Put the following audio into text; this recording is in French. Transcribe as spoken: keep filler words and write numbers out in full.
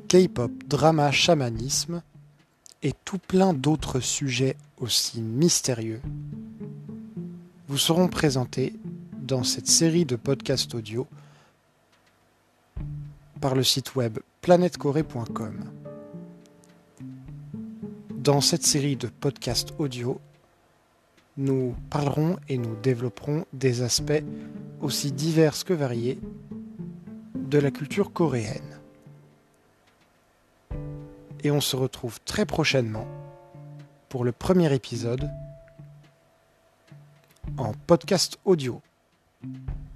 K-pop, drama, chamanisme et tout plein d'autres sujets aussi mystérieux vous seront présentés dans cette série de podcasts audio par le site web planète corée point com. Dans cette série de podcasts audio, nous parlerons et nous développerons des aspects aussi divers que variés de la culture coréenne. Et on se retrouve très prochainement pour le premier épisode en podcast audio.